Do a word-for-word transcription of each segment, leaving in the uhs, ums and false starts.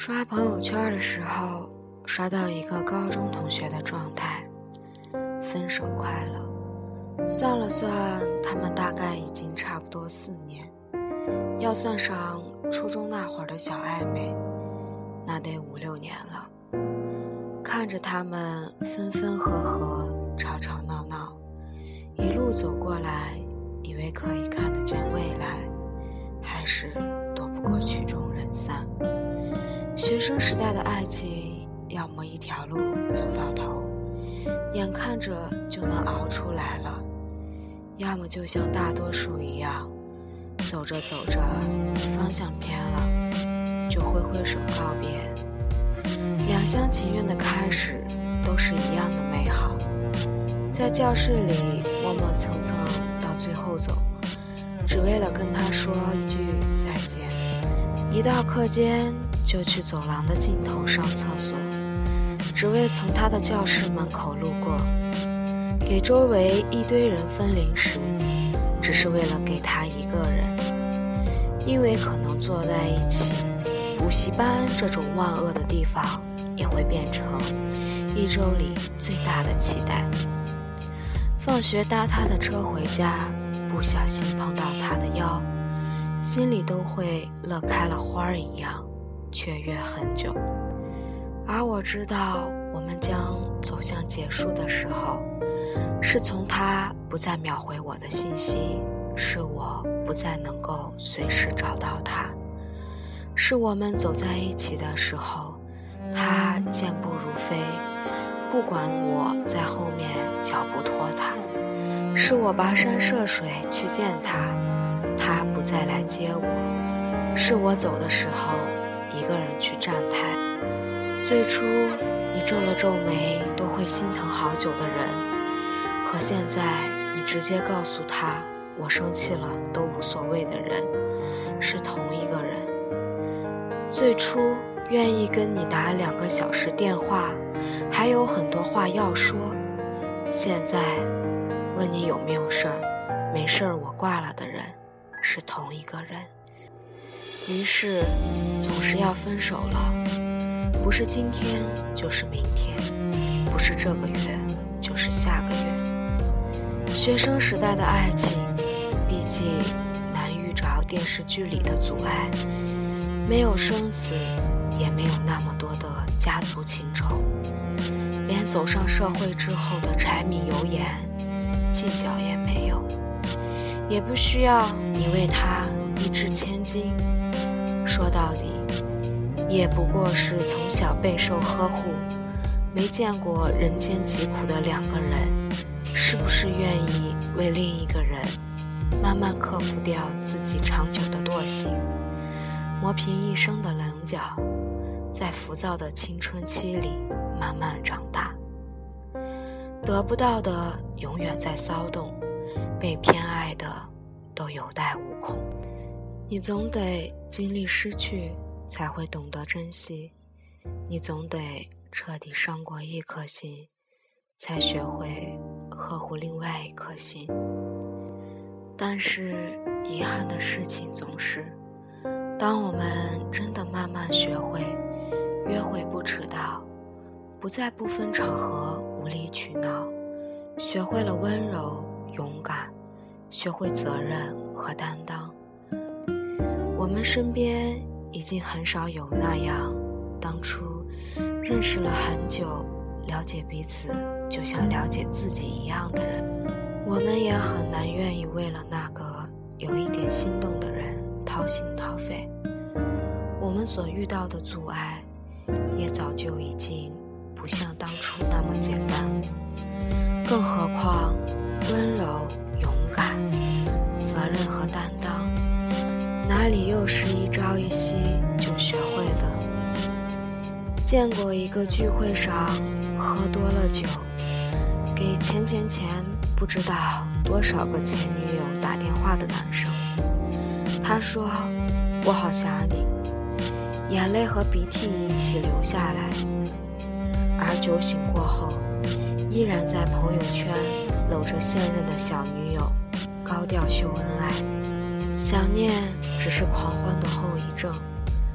刷朋友圈的时候，刷到一个高中同学的状态，分手快乐。算了算，他们大概已经差不多四年，要算上初中那会儿的小暧昧，那得五六年了。看着他们分分合合，吵吵闹闹，一路走过来，以为可以看得见未来，还是躲不过曲终人散。学生时代的爱情，要么一条路走到头，眼看着就能熬出来了，要么就像大多数一样，走着走着方向偏了，就挥挥手告别。两厢情愿的开始都是一样的美好，在教室里磨磨蹭蹭到最后走，只为了跟他说一句再见。一到课间就去走廊的尽头上厕所，只为从他的教室门口路过，给周围一堆人分零食，只是为了给他一个人。因为可能坐在一起，补习班这种万恶的地方也会变成一周里最大的期待。放学搭他的车回家，不小心碰到他的腰，心里都会乐开了花儿一样雀跃很久。而我知道我们将走向结束的时候，是从他不再秒回我的信息，是我不再能够随时找到他，是我们走在一起的时候，他健步如飞，不管我在后面脚步拖他，是我跋山涉水去见他，他不再来接我，是我走的时候一个人去站台。最初你皱了皱眉都会心疼好久的人，和现在你直接告诉他我生气了都无所谓的人，是同一个人。最初愿意跟你打两个小时电话，还有很多话要说，现在问你有没有事儿，没事儿我挂了的人，是同一个人。于是总是要分手了，不是今天就是明天，不是这个月就是下个月。学生时代的爱情毕竟难遇着电视剧里的阻碍，没有生死，也没有那么多的家族情仇，连走上社会之后的柴米油盐计较也没有，也不需要你为他一掷千金。说到底也不过是从小备受呵护，没见过人间疾苦的两个人，是不是愿意为另一个人慢慢克服掉自己长久的惰性，磨平一生的棱角，在浮躁的青春期里慢慢长大。得不到的永远在骚动，被偏爱的都有待无恐。你总得经历失去，才会懂得珍惜，你总得彻底伤过一颗心，才学会呵护另外一颗心。但是遗憾的事情总是，当我们真的慢慢学会约会不迟到，不在不分场合无理取闹，学会了温柔勇敢，学会责任和担当，我们身边已经很少有那样当初认识了很久，了解彼此就像了解自己一样的人。我们也很难愿意为了那个有一点心动的人掏心掏肺，我们所遇到的阻碍也早就已经不像当初那么简单，更何况温柔勇敢责任和担当，哪里又是一朝一夕就学会的？见过一个聚会上喝多了酒，给前前前不知道多少个前女友打电话的男生，他说我好想你，眼泪和鼻涕一起流下来，而酒醒过后依然在朋友圈搂着现任的小女友高调秀恩爱。想念只是狂欢的后遗症，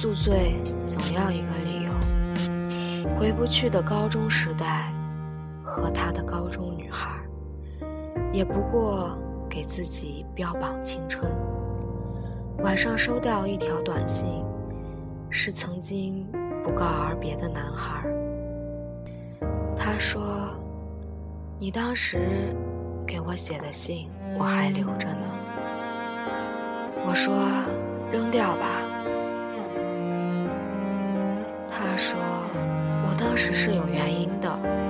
宿醉总要一个理由，回不去的高中时代和他的高中女孩，也不过给自己标榜青春。晚上收到一条短信，是曾经不告而别的男孩。他说，你当时给我写的信我还留着呢。我说，扔掉吧。他说，我当时是有原因的。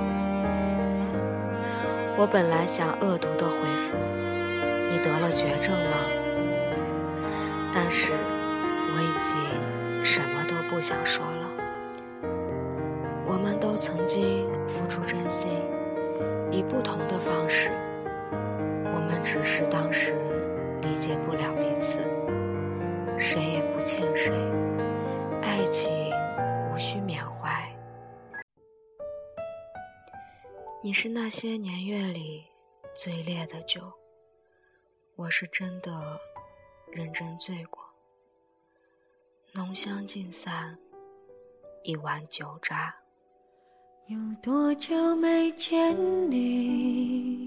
我本来想恶毒地回复，你得了绝症了，但是我已经什么都不想说了。我们都曾经付出真心，以不同的方式，我们只是当时理解不了彼此，谁也不欠谁，爱情无需缅怀。你是那些年月里最烈的酒，我是真的认真醉过。浓香尽散，一碗酒渣。 有多久没见你，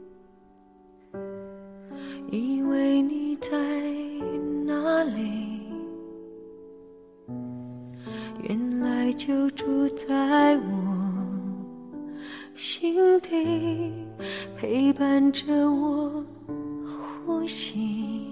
以为你在哪里，原来就住在我心底，陪伴着我呼吸。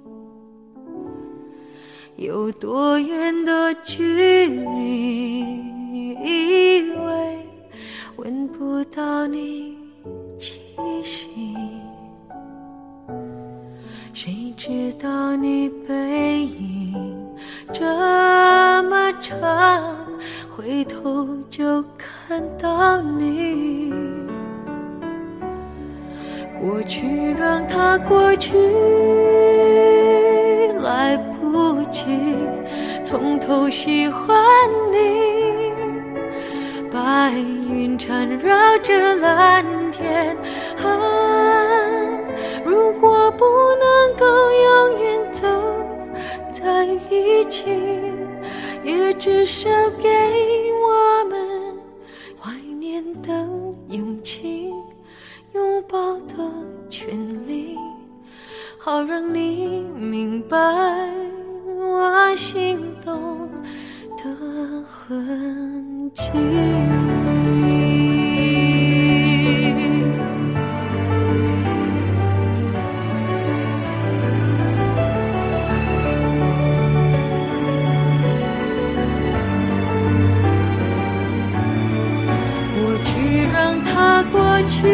有多远的距离，以为闻不到你气息，谁知道你背影这么长，回头就看到你。过去让它过去，来不及从头喜欢你。白云缠绕着蓝天，啊，如果不能够永远走在一起，也至少给我们怀念的勇气，拥抱的权利，好让你明白我心动的痕迹。过去让它过去，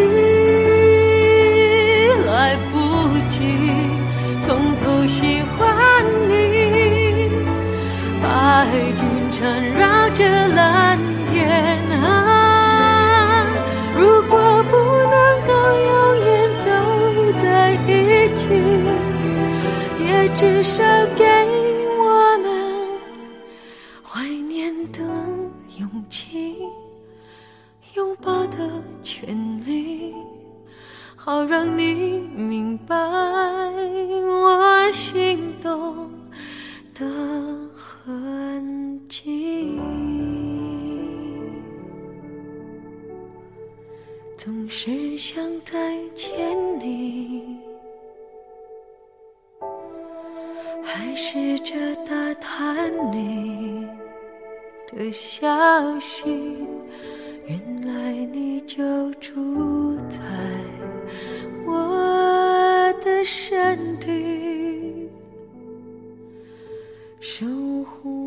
来不及从头喜欢你。白云缠绕着蓝天，啊，如果不能够永远走在一起，也至少给我们怀念的勇气，拥抱的权利，好让你明白我心动的痕迹。总是想再见你，还试着打探你的消息，原来你就住在我的身体，守护